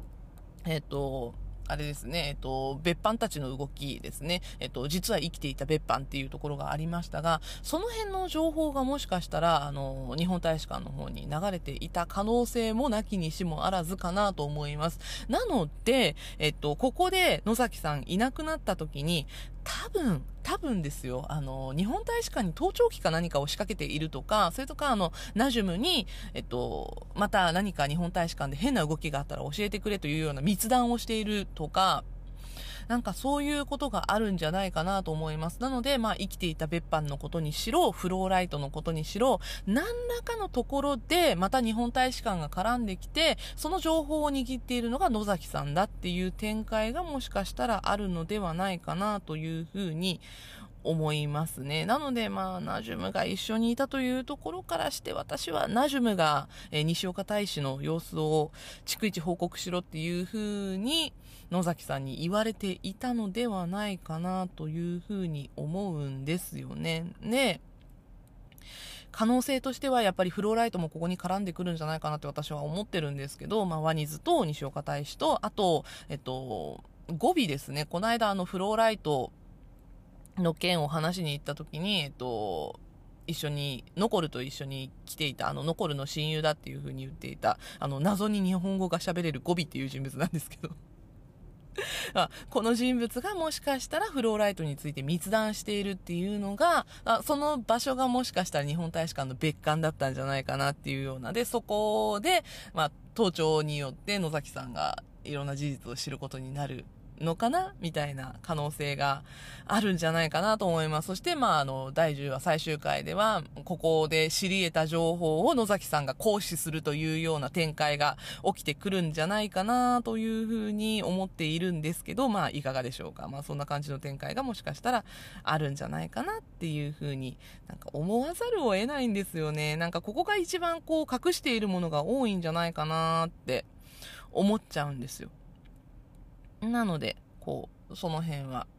あれですね、別班たちの動きですね、実は生きていた別班っていうところがありましたが、その辺の情報がもしかしたら、日本大使館の方に流れていた可能性もなきにしもあらずかなと思います。なので、ここで野崎さんいなくなった時に、多分ですよ、日本大使館に盗聴器か何かを仕掛けているとか、それとか、ナジュムに、また何か日本大使館で変な動きがあったら教えてくれというような密談をしているとか、なんかそういうことがあるんじゃないかなと思います。なので、生きていた別班のことにしろ、フローライトのことにしろ、何らかのところで、また日本大使館が絡んできて、その情報を握っているのが野崎さんだっていう展開がもしかしたらあるのではないかなというふうに思いますね。なので、ナジュムが一緒にいたというところからして、私はナジュムが、西岡大使の様子を逐一報告しろっていうふうに、野崎さんに言われていたのではないかなというふうに思うんですよね。で、可能性としてはやっぱりフローライトもここに絡んでくるんじゃないかなって私は思ってるんですけど、ワニズと西岡大使と、あと、語尾ですね。この間フローライトの件を話しに行った時に、一緒に、ノコルと一緒に来ていた、ノコルの親友だっていう風に言っていた、謎に日本語が喋れる語尾っていう人物なんですけど。この人物がもしかしたらフローライトについて密談しているっていうのが、その場所がもしかしたら日本大使館の別館だったんじゃないかなっていうようなで、そこで、盗聴によって野崎さんがいろんな事実を知ることになるのかなみたいな可能性があるんじゃないかなと思います。そして、第10話最終回では、ここで知り得た情報を野崎さんが行使するというような展開が起きてくるんじゃないかなというふうに思っているんですけど、いかがでしょうか。そんな感じの展開がもしかしたらあるんじゃないかなっていうふうになんか思わざるを得ないんですよね。なんかここが一番隠しているものが多いんじゃないかなって思っちゃうんですよ。なので、その辺は、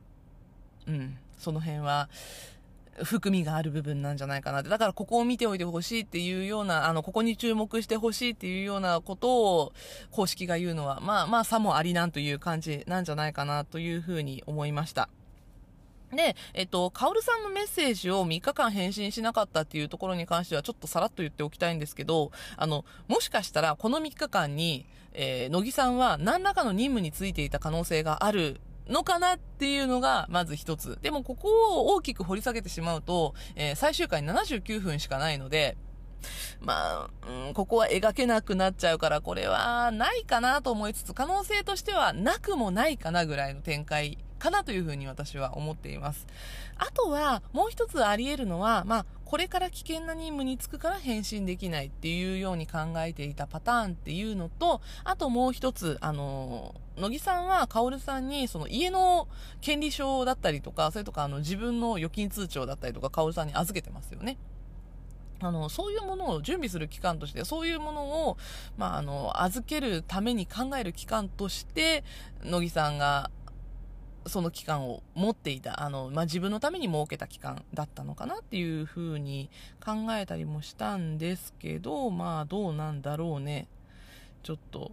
含みがある部分なんじゃないかなって。だからここを見ておいてほしいっていうような、ここに注目してほしいっていうようなことを公式が言うのは、さもありなんという感じなんじゃないかなというふうに思いました。で、カオルさんのメッセージを3日間返信しなかったっていうところに関してはちょっとさらっと言っておきたいんですけど、もしかしたらこの3日間に、乃木さんは何らかの任務についていた可能性があるのかなっていうのがまず一つ。でもここを大きく掘り下げてしまうと、最終回79分しかないので、ここは描けなくなっちゃうから、これはないかなと思いつつ、可能性としてはなくもないかなぐらいの展開かなというふうに私は思っています。あとはもう一つあり得るのは、これから危険な任務に就くから変身できないっていうように考えていたパターンっていうのと、あともう一つ、乃木さんは薫さんにその家の権利書だったりとか、それとか自分の預金通帳だったりとか薫さんに預けてますよね。そういうものを準備する期間として、そういうものを、預けるために考える期間として、乃木さんが、その期間を持っていた、自分のために設けた期間だったのかなっていうふうに考えたりもしたんですけど、どうなんだろうね。ちょっと、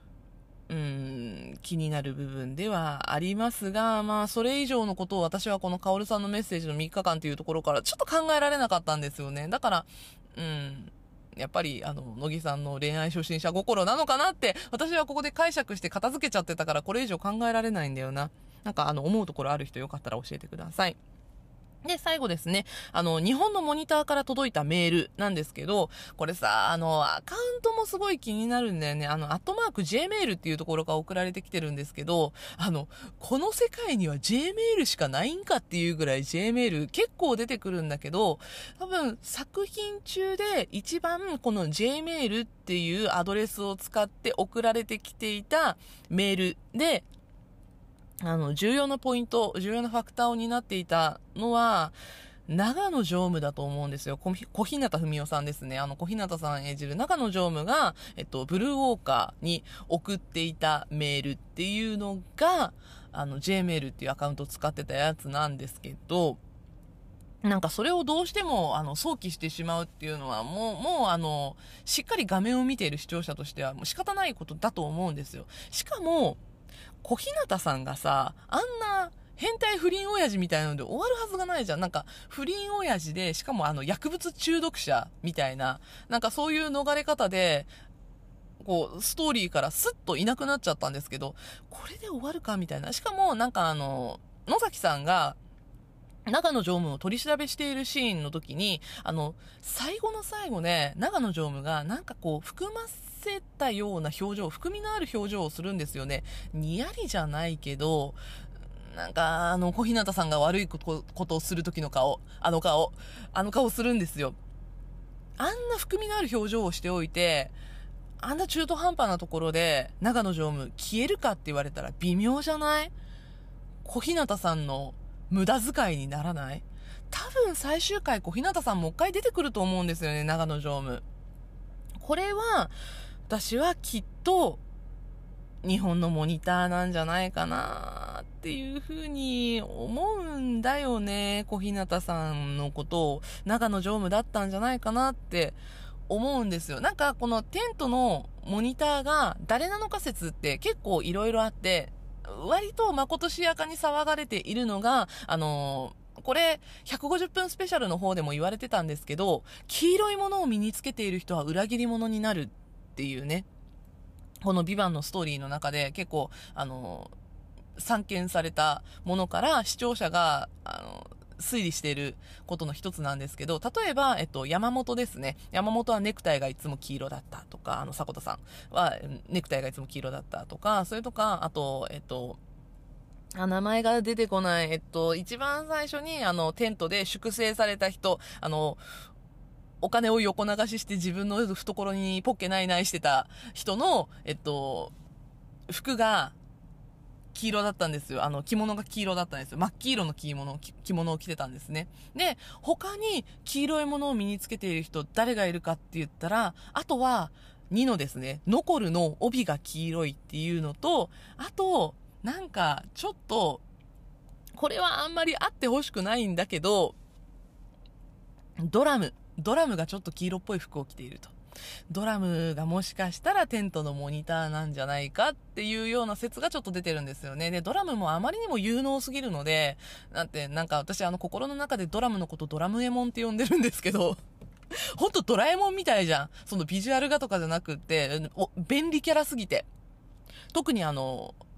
気になる部分ではありますが、それ以上のことを私はこの薫さんのメッセージの3日間というところからちょっと考えられなかったんですよね。だから、やっぱり、乃木さんの恋愛初心者心なのかなって、私はここで解釈して片付けちゃってたから、これ以上考えられないんだよな。思うところある人よかったら教えてください。で、最後ですね。日本のモニターから届いたメールなんですけど、これさ、アカウントもすごい気になるんだよね。@Gmail っていうところが送られてきてるんですけど、この世界には Gmail しかないんかっていうぐらい Gmail 結構出てくるんだけど、多分作品中で一番この Gmail っていうアドレスを使って送られてきていたメールで、重要なポイント、重要なファクターを担っていたのは、長野常務だと思うんですよ。小日向文世さんですね。小日向さん演じる長野常務が、ブルーウォーカーに送っていたメールっていうのが、Gmail っていうアカウントを使ってたやつなんですけど、それをどうしても、想起してしまうっていうのは、もう、しっかり画面を見ている視聴者としては、もう仕方ないことだと思うんですよ。しかも、小日向さんがさ、あんな変態不倫親父みたいなので終わるはずがないじゃん。不倫親父で、しかも薬物中毒者みたいな、そういう逃れ方で、ストーリーからスッといなくなっちゃったんですけど、これで終わるかみたいな。しかも、野崎さんが、長野常務を取り調べしているシーンの時に、最後の最後ね、長野常務が含ませたような表情、含みのある表情をするんですよね。にやりじゃないけど、小日向さんが悪いことをする時の顔、あの顔するんですよ。あんな含みのある表情をしておいて、あんな中途半端なところで、長野常務消えるかって言われたら微妙じゃない？小日向さんの無駄遣いにならない？多分最終回小日向さんもう一回出てくると思うんですよね、長野常務。これは、私はきっと、日本のモニターなんじゃないかなっていうふうに思うんだよね。小日向さんのことを長野常務だったんじゃないかなって思うんですよ。このテントのモニターが誰なのか説って結構いろいろあって、割とまことしやかに騒がれているのが、これ、150分スペシャルの方でも言われてたんですけど、黄色いものを身につけている人は裏切り者になるっていうね、このビバンのストーリーの中で結構、散見されたものから視聴者が、推理していることの一つなんですけど、例えば、山本ですね。山本はネクタイがいつも黄色だったとか、迫田さんはネクタイがいつも黄色だったとか、それとか、あと、名前が出てこない、一番最初に、テントで粛清された人、お金を横流しして自分の懐にポッケないないしてた人の、服が黄色だったんですよ。着物が黄色だったんですよ。真っ黄色の着物を着てたんですね。で、他に黄色いものを身につけている人、誰がいるかって言ったら、あとは、ニノですね。ノコルの帯が黄色いっていうのと、あと、ちょっと、これはあんまりあってほしくないんだけど、ドラムがちょっと黄色っぽい服を着ていると。ドラムがもしかしたらテントのモニターなんじゃないかっていうような説がちょっと出てるんですよね。で、ドラムもあまりにも有能すぎるので、私心の中でドラムのことドラムエモンって呼んでるんですけど、ほんとドラえもんみたいじゃん。そのビジュアルがとかじゃなくって、便利キャラすぎて。特に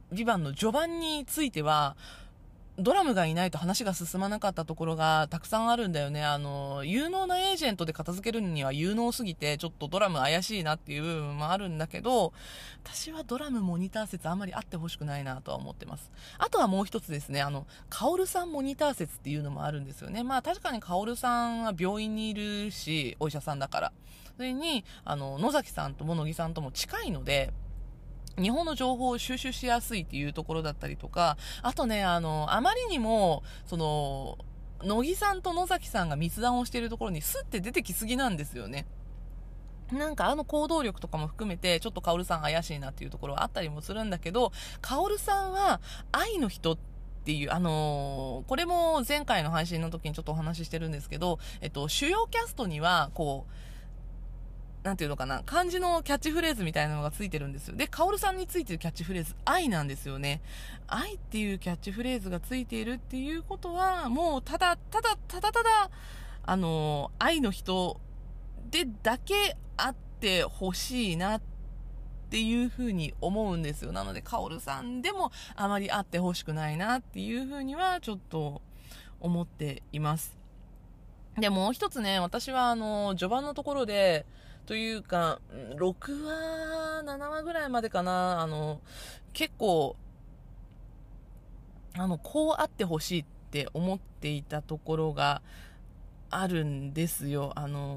ビバンの序盤についてはドラムがいないと話が進まなかったところがたくさんあるんだよね。有能なエージェントで片付けるには有能すぎて、ちょっとドラム怪しいなっていう部分もあるんだけど、私はドラムモニター説あんまりあってほしくないなとは思ってます。あとはもう一つですね、カオルさんモニター説っていうのもあるんですよね。まあ確かにカオルさんは病院にいるし、お医者さんだから。それに、野崎さんとも乃木さんとも近いので、日本の情報を収集しやすいっていうところだったりとか、あとね、あまりにも、乃木さんと野崎さんが密談をしているところにスッて出てきすぎなんですよね。なんか行動力とかも含めて、ちょっとカオルさん怪しいなっていうところはあったりもするんだけど、カオルさんは愛の人っていう、これも前回の配信の時にちょっとお話ししてるんですけど、主要キャストには、こう、なんていうのかな、漢字のキャッチフレーズみたいなのがついてるんですよ。で、カオルさんについてるキャッチフレーズ、愛なんですよね。愛っていうキャッチフレーズがついているっていうことは、もうただ、愛の人でだけあってほしいなっていうふうに思うんですよ。なので、カオルさんでもあまりあってほしくないなっていうふうにはちょっと思っています。で、もう一つね、私は序盤のところで、というか、6話、7話ぐらいまでかな、結構、こうあってほしいって思っていたところがあるんですよ。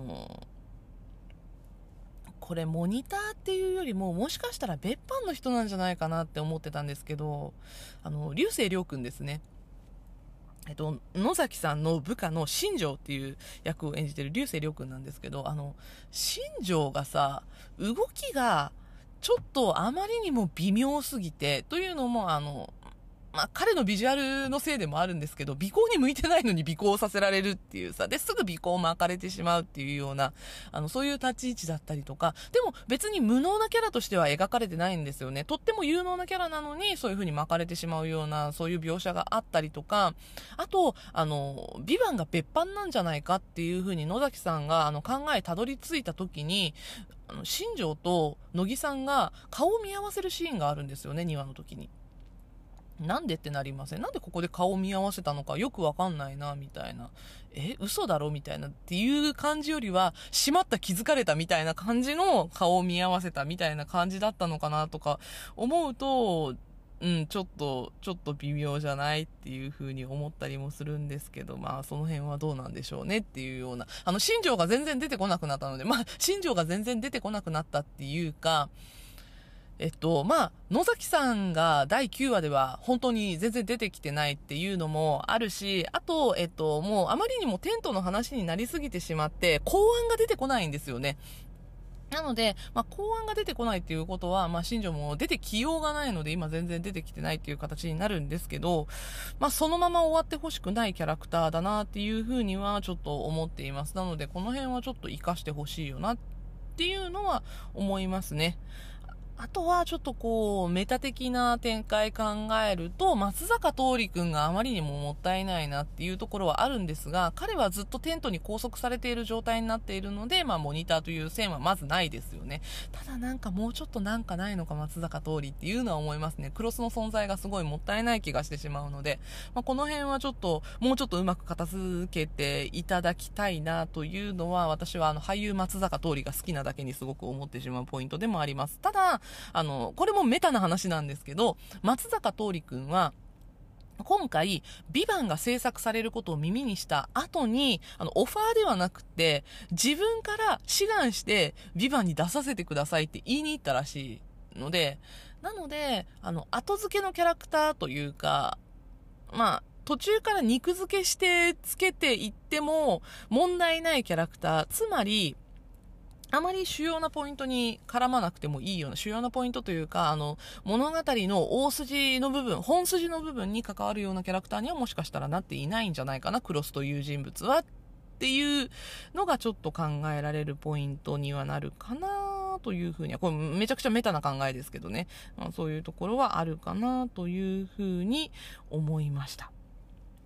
これモニターっていうよりも、もしかしたら別班の人なんじゃないかなって思ってたんですけど、流星涼くんですね。野崎さんの部下の新庄っていう役を演じてる流星涼くんなんですけど、新庄がさ、動きがちょっとあまりにも微妙すぎて、というのもまあ、彼のビジュアルのせいでもあるんですけど、尾行に向いてないのに尾行させられるっていうさ、で、すぐ尾行巻かれてしまうっていうような、そういう立ち位置だったりとか、でも別に無能なキャラとしては描かれてないんですよね。とっても有能なキャラなのに、そういう風に巻かれてしまうような、そういう描写があったりとか、あと、ビバンが別班なんじゃないかっていう風に野崎さんが、考えたどり着いた時に、新庄と乃木さんが顔を見合わせるシーンがあるんですよね、2話の時に。なんでってなりません？なんでここで顔を見合わせたのかよくわかんないな、みたいな。嘘だろみたいなっていう感じよりは、しまった気づかれたみたいな感じの顔を見合わせたみたいな感じだったのかなとか思うと、ちょっと微妙じゃないっていう風に思ったりもするんですけど、まあその辺はどうなんでしょうねっていうような、新庄が全然出てこなくなったので、まあ新庄が全然出てこなくなったっていうか、まあ、野崎さんが第9話では本当に全然出てきてないっていうのもあるし、あと、もうあまりにもテントの話になりすぎてしまって、公安が出てこないんですよね。なので、まあ、公安が出てこないっていうことは、まあ、新庄も出てきようがないので、今全然出てきてないっていう形になるんですけど、まあ、そのまま終わってほしくないキャラクターだなっていうふうにはちょっと思っています。なので、この辺はちょっと活かしてほしいよなっていうのは思いますね。あとはちょっとこうメタ的な展開考えると、松坂桃李くんがあまりにももったいないなっていうところはあるんですが、彼はずっとテントに拘束されている状態になっているので、まあモニターという線はまずないですよね。ただなんかもうちょっとなんかないのか松坂桃李っていうのは思いますね。クロスの存在がすごいもったいない気がしてしまうので、まあ、この辺はちょっともうちょっとうまく片付けていただきたいなというのは、私は俳優松坂桃李が好きなだけにすごく思ってしまうポイントでもあります。ただこれもメタな話なんですけど、松坂桃李くんは、今回、ビバンが制作されることを耳にした後に、オファーではなくて、自分から志願して、ビバンに出させてくださいって言いに行ったらしいので、なので、後付けのキャラクターというか、まあ、途中から肉付けしてつけていっても問題ないキャラクター、つまり、あまり主要なポイントに絡まなくてもいいような、主要なポイントというか、物語の大筋の部分、本筋の部分に関わるようなキャラクターにはもしかしたらなっていないんじゃないかな、クロスという人物はっていうのがちょっと考えられるポイントにはなるかなというふうには、これめちゃくちゃメタな考えですけどね、まあ、そういうところはあるかなというふうに思いました。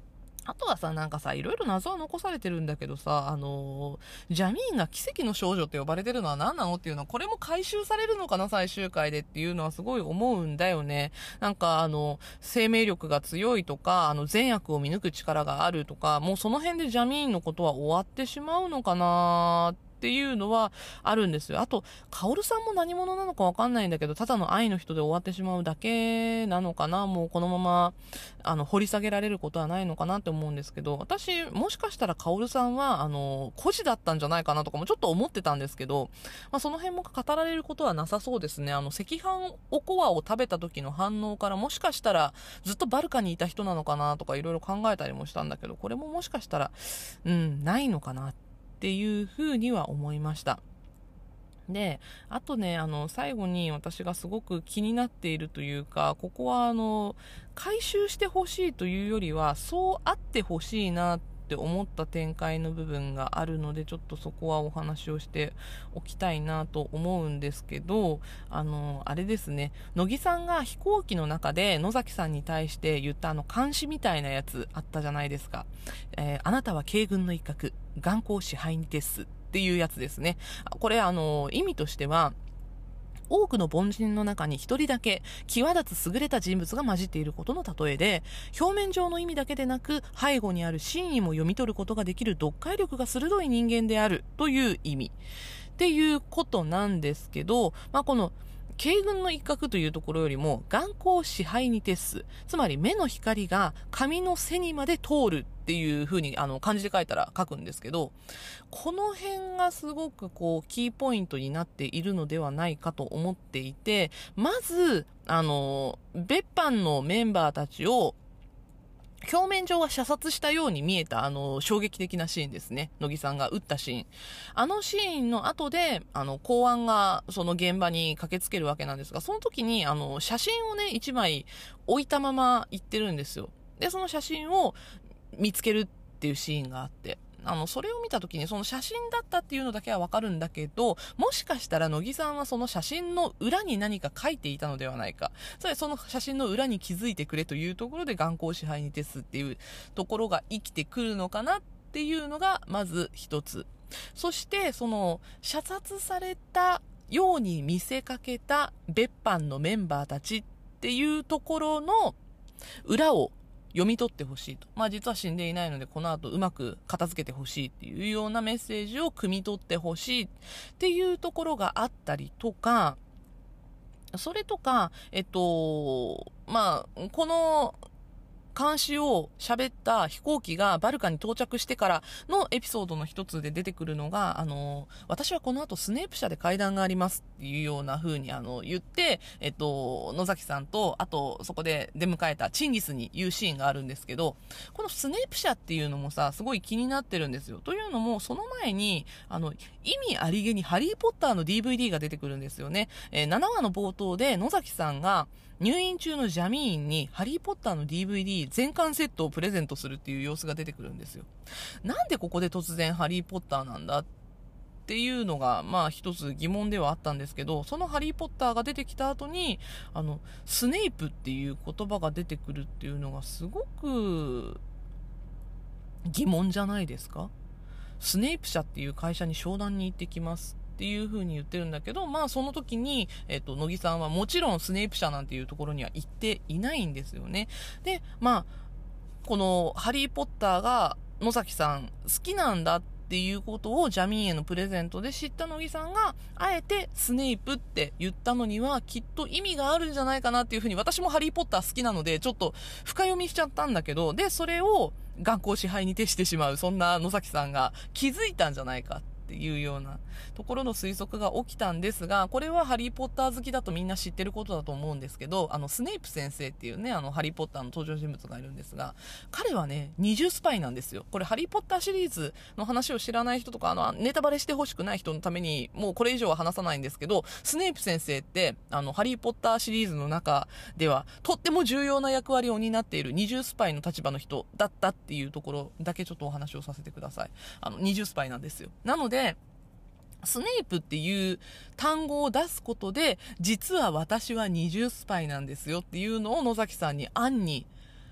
あとはさ、なんかさ、いろいろ謎は残されてるんだけどさ、ジャミーンが奇跡の少女って呼ばれてるのは何なのっていうのは、これも回収されるのかな、最終回でっていうのはすごい思うんだよね。なんか生命力が強いとか、善悪を見抜く力があるとか、もうその辺でジャミーンのことは終わってしまうのかなっていうのはあるんですよ。あと、カオルさんも何者なのかわかんないんだけど、ただの愛の人で終わってしまうだけなのかな。もうこのまま、掘り下げられることはないのかなって思うんですけど、私、もしかしたらカオルさんは、孤児だったんじゃないかなとかもちょっと思ってたんですけど、まあ、その辺も語られることはなさそうですね。赤飯おこわを食べた時の反応から、もしかしたらずっとバルカにいた人なのかなとかいろいろ考えたりもしたんだけど、これももしかしたら、ないのかなっていうふうには思いました。で、あとね、最後に私がすごく気になっているというか、ここは回収してほしいというよりは、そうあってほしいなって思った展開の部分があるので、ちょっとそこはお話をしておきたいなと思うんですけど、あれですね、乃木さんが飛行機の中で野崎さんに対して言った監視みたいなやつあったじゃないですか。あなたは慶軍の一角、眼光支配に徹す。っていうやつですね。これ意味としては、多くの凡人の中に一人だけ際立つ優れた人物が混じっていることの例えで、表面上の意味だけでなく背後にある真意も読み取ることができる読解力が鋭い人間であるという意味っていうことなんですけど、この慶軍の一角というところよりも眼光支配に徹す、つまり目の光が髪の背にまで通るっていう風に漢字で書いたら書くんですけど、この辺がすごくキーポイントになっているのではないかと思っていて、まず別班のメンバーたちを表面上は射殺したように見えた衝撃的なシーンですね。乃木さんが撃ったシーン。シーンの後で、公安がその現場に駆けつけるわけなんですが、その時に写真をね、一枚置いたまま行ってるんですよ。で、その写真を見つけるっていうシーンがあって、それを見た時にその写真だったっていうのだけはわかるんだけど、もしかしたら乃木さんはその写真の裏に何か書いていたのではないか。その写真の裏に気づいてくれというところで眼光支配に徹すっていうところが生きてくるのかなっていうのがまず一つ。そしてその射殺されたように見せかけた別班のメンバーたちっていうところの裏を読み取ってほしいと。実は死んでいないので、この後うまく片付けてほしいっていうようなメッセージを汲み取ってほしいっていうところがあったりとか、それとか、この監視を喋った飛行機がバルカに到着してからのエピソードの一つで出てくるのが、私はこの後スネープ社で会談がありますっていうような風に言って、野崎さんと、あとそこで出迎えたチンギスに言うシーンがあるんですけど、このスネープ社っていうのもさ、すごい気になってるんですよ。というのも、その前に、意味ありげにハリーポッターの DVD が出てくるんですよね。7話の冒頭で野崎さんが、入院中のジャミーンにハリーポッターの DVD 全巻セットをプレゼントするっていう様子が出てくるんですよ。なんでここで突然ハリーポッターなんだっていうのが一つ疑問ではあったんですけど、そのハリーポッターが出てきた後にスネイプっていう言葉が出てくるっていうのがすごく疑問じゃないですか。スネイプ社っていう会社に商談に行ってきますっていう風に言ってるんだけど、その時に、乃木さんはもちろんスネイプ社なんていうところには行っていないんですよね。で、このハリーポッターが野崎さん好きなんだっていうことをジャミーンへのプレゼントで知った乃木さんが、あえてスネイプって言ったのにはきっと意味があるんじゃないかなっていう風に、私もハリーポッター好きなので、ちょっと深読みしちゃったんだけど、で、それを眼光支配に徹してしまう、そんな野崎さんが気づいたんじゃないかっていうようなところの推測が起きたんですが、これはハリーポッター好きだとみんな知ってることだと思うんですけど、スネイプ先生っていうね、ハリーポッターの登場人物がいるんですが、彼はね、二重スパイなんですよ。これハリーポッターシリーズの話を知らない人とか、ネタバレしてほしくない人のためにもうこれ以上は話さないんですけど、スネイプ先生ってハリーポッターシリーズの中ではとっても重要な役割を担っている二重スパイの立場の人だったっていうところだけちょっとお話をさせてください。二重スパイなんですよ。なのでスネイプっていう単語を出すことで、実は私は二重スパイなんですよっていうのを野崎さんに暗に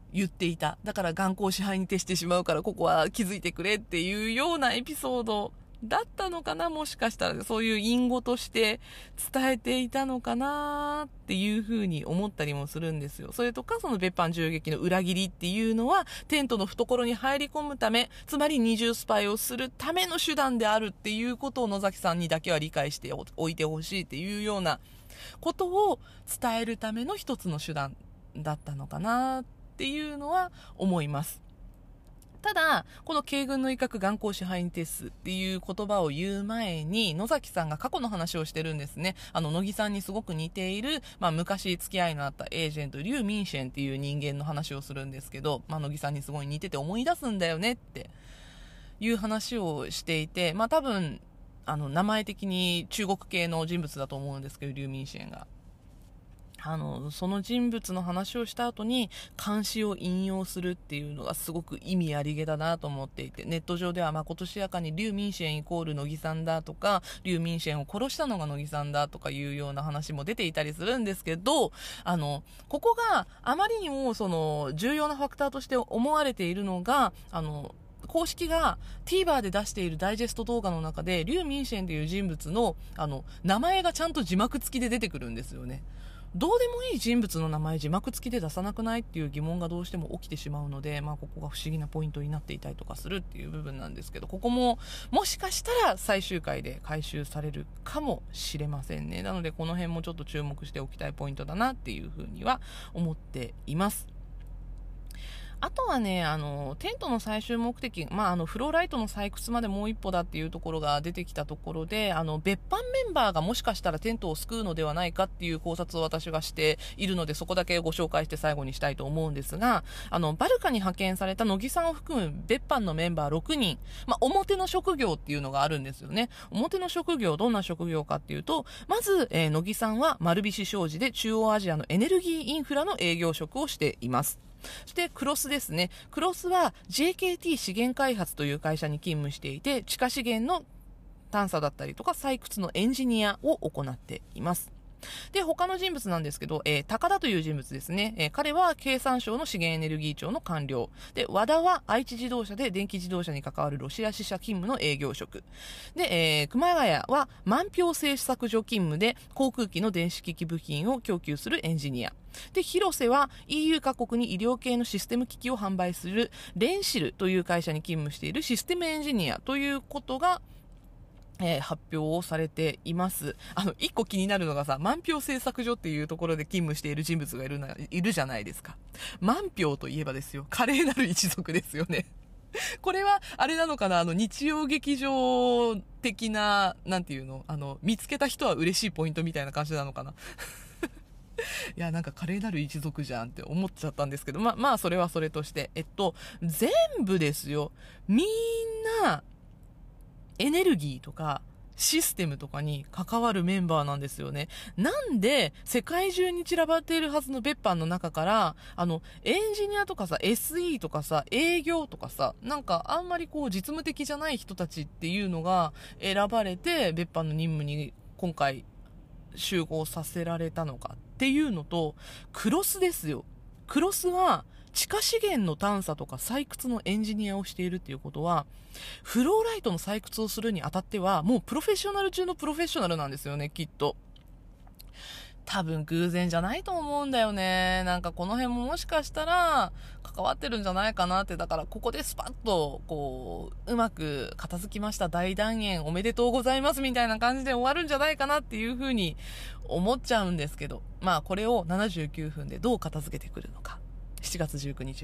言っていた。だから眼光支配に徹してしまうからここは気づいてくれっていうようなエピソードだったのかな。もしかしたらそういう隠語として伝えていたのかなっていうふうに思ったりもするんですよ。それとかその別班銃撃の裏切りっていうのはテントの懐に入り込むため、つまり二重スパイをするための手段であるっていうことを野崎さんにだけは理解しておいてほしいっていうようなことを伝えるための一つの手段だったのかなっていうのは思います。ただ、この慶軍の威嚇眼光支配に徹すっていう言葉を言う前に、野崎さんが過去の話をしてるんですね。乃木さんにすごく似ている、昔付き合いのあったエージェント、リュウ・ミンシェンっていう人間の話をするんですけど、乃木さんにすごい似てて思い出すんだよねっていう話をしていて、多分、名前的に中国系の人物だと思うんですけど、リュウ・ミンシェンが。その人物の話をした後に漢詩を引用するっていうのがすごく意味ありげだなと思っていて、ネット上ではまことしやかにリュウ・ミンシェンイコール乃木さんだとか、リュウ・ミンシェンを殺したのが乃木さんだとかいうような話も出ていたりするんですけど、ここがあまりにもその重要なファクターとして思われているのが、公式が TVer で出しているダイジェスト動画の中でリュウ・ミンシェンという人物の名前がちゃんと字幕付きで出てくるんですよね。どうでもいい人物の名前字幕付きで出さなくないっていう疑問がどうしても起きてしまうので、ここが不思議なポイントになっていたりとかするっていう部分なんですけど、ここももしかしたら最終回で回収されるかもしれませんね。なのでこの辺もちょっと注目しておきたいポイントだなっていうふうには思っています。あとはね、テントの最終目的、フローライトの採掘までもう一歩だっていうところが出てきたところで、別班メンバーがもしかしたらテントを救うのではないかっていう考察を私がしているので、そこだけご紹介して最後にしたいと思うんですが、バルカに派遣された乃木さんを含む別班のメンバー6人、表の職業っていうのがあるんですよね。表の職業、どんな職業かっていうと、まず、乃木さんは丸菱商事で中央アジアのエネルギーインフラの営業職をしています。そしてクロスですね。クロスは JKT 資源開発という会社に勤務していて、地下資源の探査だったりとか採掘のエンジニアを行っています。で、他の人物なんですけど、高田という人物ですね。彼は経産省の資源エネルギー庁の官僚。で、和田は愛知自動車で電気自動車に関わるロシア支社勤務の営業職。で、熊谷は満票製作所勤務で航空機の電子機器部品を供給するエンジニア。で、広瀬は EU 各国に医療系のシステム機器を販売するレンシルという会社に勤務しているシステムエンジニアということが発表をされています。一個気になるのがさ、満票製作所っていうところで勤務している人物がいるじゃないですか。満票といえばですよ、華麗なる一族ですよね。これは、あれなのかな、日曜劇場的な、なんていうの、見つけた人は嬉しいポイントみたいな感じなのかな。いや、なんか華麗なる一族じゃんって思っちゃったんですけど、それはそれとして、全部ですよ、みんな、エネルギーとかシステムとかに関わるメンバーなんですよね。なんで世界中に散らばっているはずの別班の中からエンジニアとかさ SE とかさ営業とかさなんかあんまりこう実務的じゃない人たちっていうのが選ばれて別班の任務に今回集合させられたのかっていうのと、クロスですよ。クロスは地下資源の探査とか採掘のエンジニアをしているっていうことは、フローライトの採掘をするにあたってはもうプロフェッショナル中のプロフェッショナルなんですよね、きっと。多分偶然じゃないと思うんだよね。なんかこの辺ももしかしたら関わってるんじゃないかなって。だからここでスパッとこううまく片付きました、大団円おめでとうございますみたいな感じで終わるんじゃないかなっていう風に思っちゃうんですけど、これを79分でどう片付けてくるのか。7月19日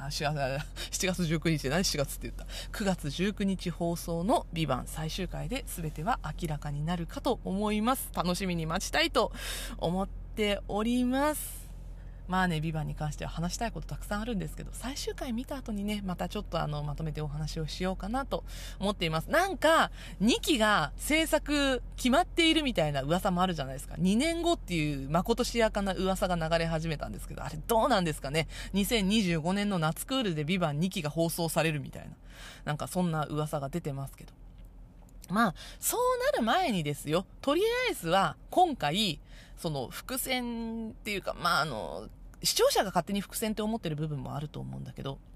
で何7月って言った9月19日放送のビバン最終回で全ては明らかになるかと思います。楽しみに待ちたいと思っております。ビバンに関しては話したいことたくさんあるんですけど、最終回見た後にね、またちょっとまとめてお話をしようかなと思っています。なんか、2期が制作決まっているみたいな噂もあるじゃないですか。2年後っていうまことしやかな噂が流れ始めたんですけど、あれどうなんですかね。2025年の夏クールでビバン2期が放送されるみたいな。なんかそんな噂が出てますけど。そうなる前にですよ、とりあえずは今回、その伏線っていうか、 視聴者が勝手に伏線って思ってる部分もあると思うんだけど、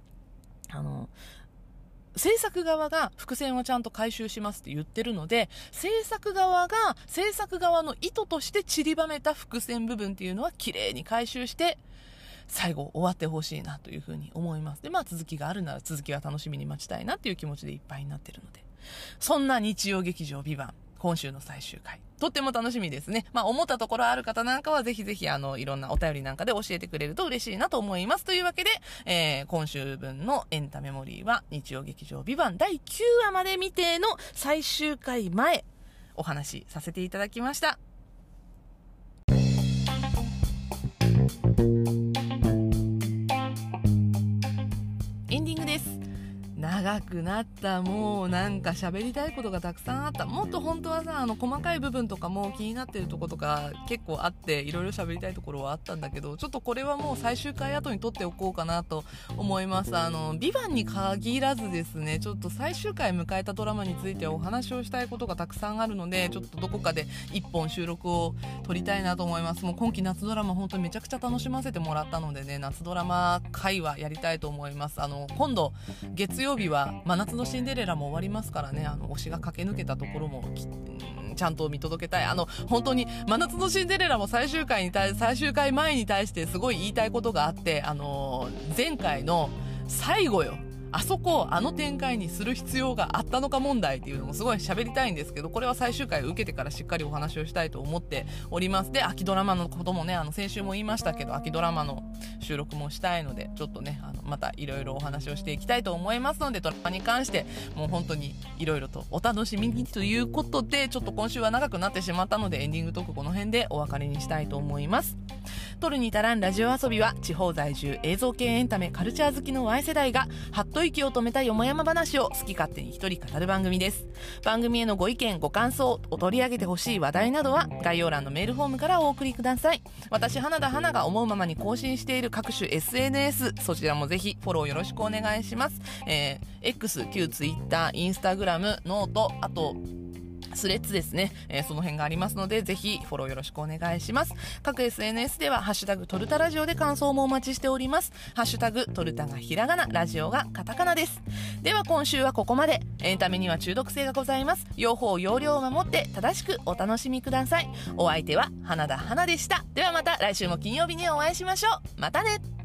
制作側が伏線をちゃんと回収しますって言ってるので、制作側の意図として散りばめた伏線部分っていうのは綺麗に回収して最後終わってほしいなというふうに思います。で、続きがあるなら続きは楽しみに待ちたいなっていう気持ちでいっぱいになってるので、そんな日曜劇場ビバン、今週の最終回、とっても楽しみですね。思ったところある方なんかはぜひぜひいろんなお便りなんかで教えてくれると嬉しいなと思います。というわけで、今週分のエンタメモリーは日曜劇場ビバン第9話まで未定の最終回前お話しさせていただきました。エンディングです。長くなった。もうなんか喋りたいことがたくさんあった。もっと本当はさ、細かい部分とかも気になってるところとか結構あって、いろいろ喋りたいところはあったんだけど、ちょっとこれはもう最終回後に撮っておこうかなと思います。ビバンに限らずですね、ちょっと最終回迎えたドラマについてお話をしたいことがたくさんあるので、ちょっとどこかで一本収録を撮りたいなと思います。もう今期夏ドラマ本当にめちゃくちゃ楽しませてもらったのでね、夏ドラマ回はやりたいと思います。今度月曜日は真夏のシンデレラも終わりますからね、推しが駆け抜けたところもちゃんと見届けたい。本当に真夏のシンデレラも最終回前に対してすごい言いたいことがあって、前回の最後よ、あそこをあの展開にする必要があったのか問題っていうのもすごい喋りたいんですけど、これは最終回を受けてからしっかりお話をしたいと思っております。で、秋ドラマのこともね、先週も言いましたけど、秋ドラマの収録もしたいので、ちょっとね、またいろいろお話をしていきたいと思いますので、ドラマに関してもう本当にいろいろとお楽しみにということで、ちょっと今週は長くなってしまったので、エンディングトークこの辺でお別れにしたいと思います。トルに足らんラジオ遊びは、地方在住映像系エンタメカルチャー好きの Y 世代がはっと息を止めたよもやま話を好き勝手に一人語る番組です。番組へのご意見ご感想を取り上げてほしい話題などは概要欄のメールフォームからお送りください。私花田花が思うままに更新している各種 SNS、 そちらもぜひフォローよろしくお願いします。X、旧 Twitter、インスタグラム、ノート、あとスレッズですね、その辺がありますので、ぜひフォローよろしくお願いします。各 SNS ではハッシュタグトルタラジオで感想もお待ちしております。ハッシュタグトルタがひらがな、ラジオがカタカナです。では今週はここまで。エンタメには中毒性がございます。用法用量を守って正しくお楽しみください。お相手は花田花でした。ではまた来週も金曜日にお会いしましょう。またね。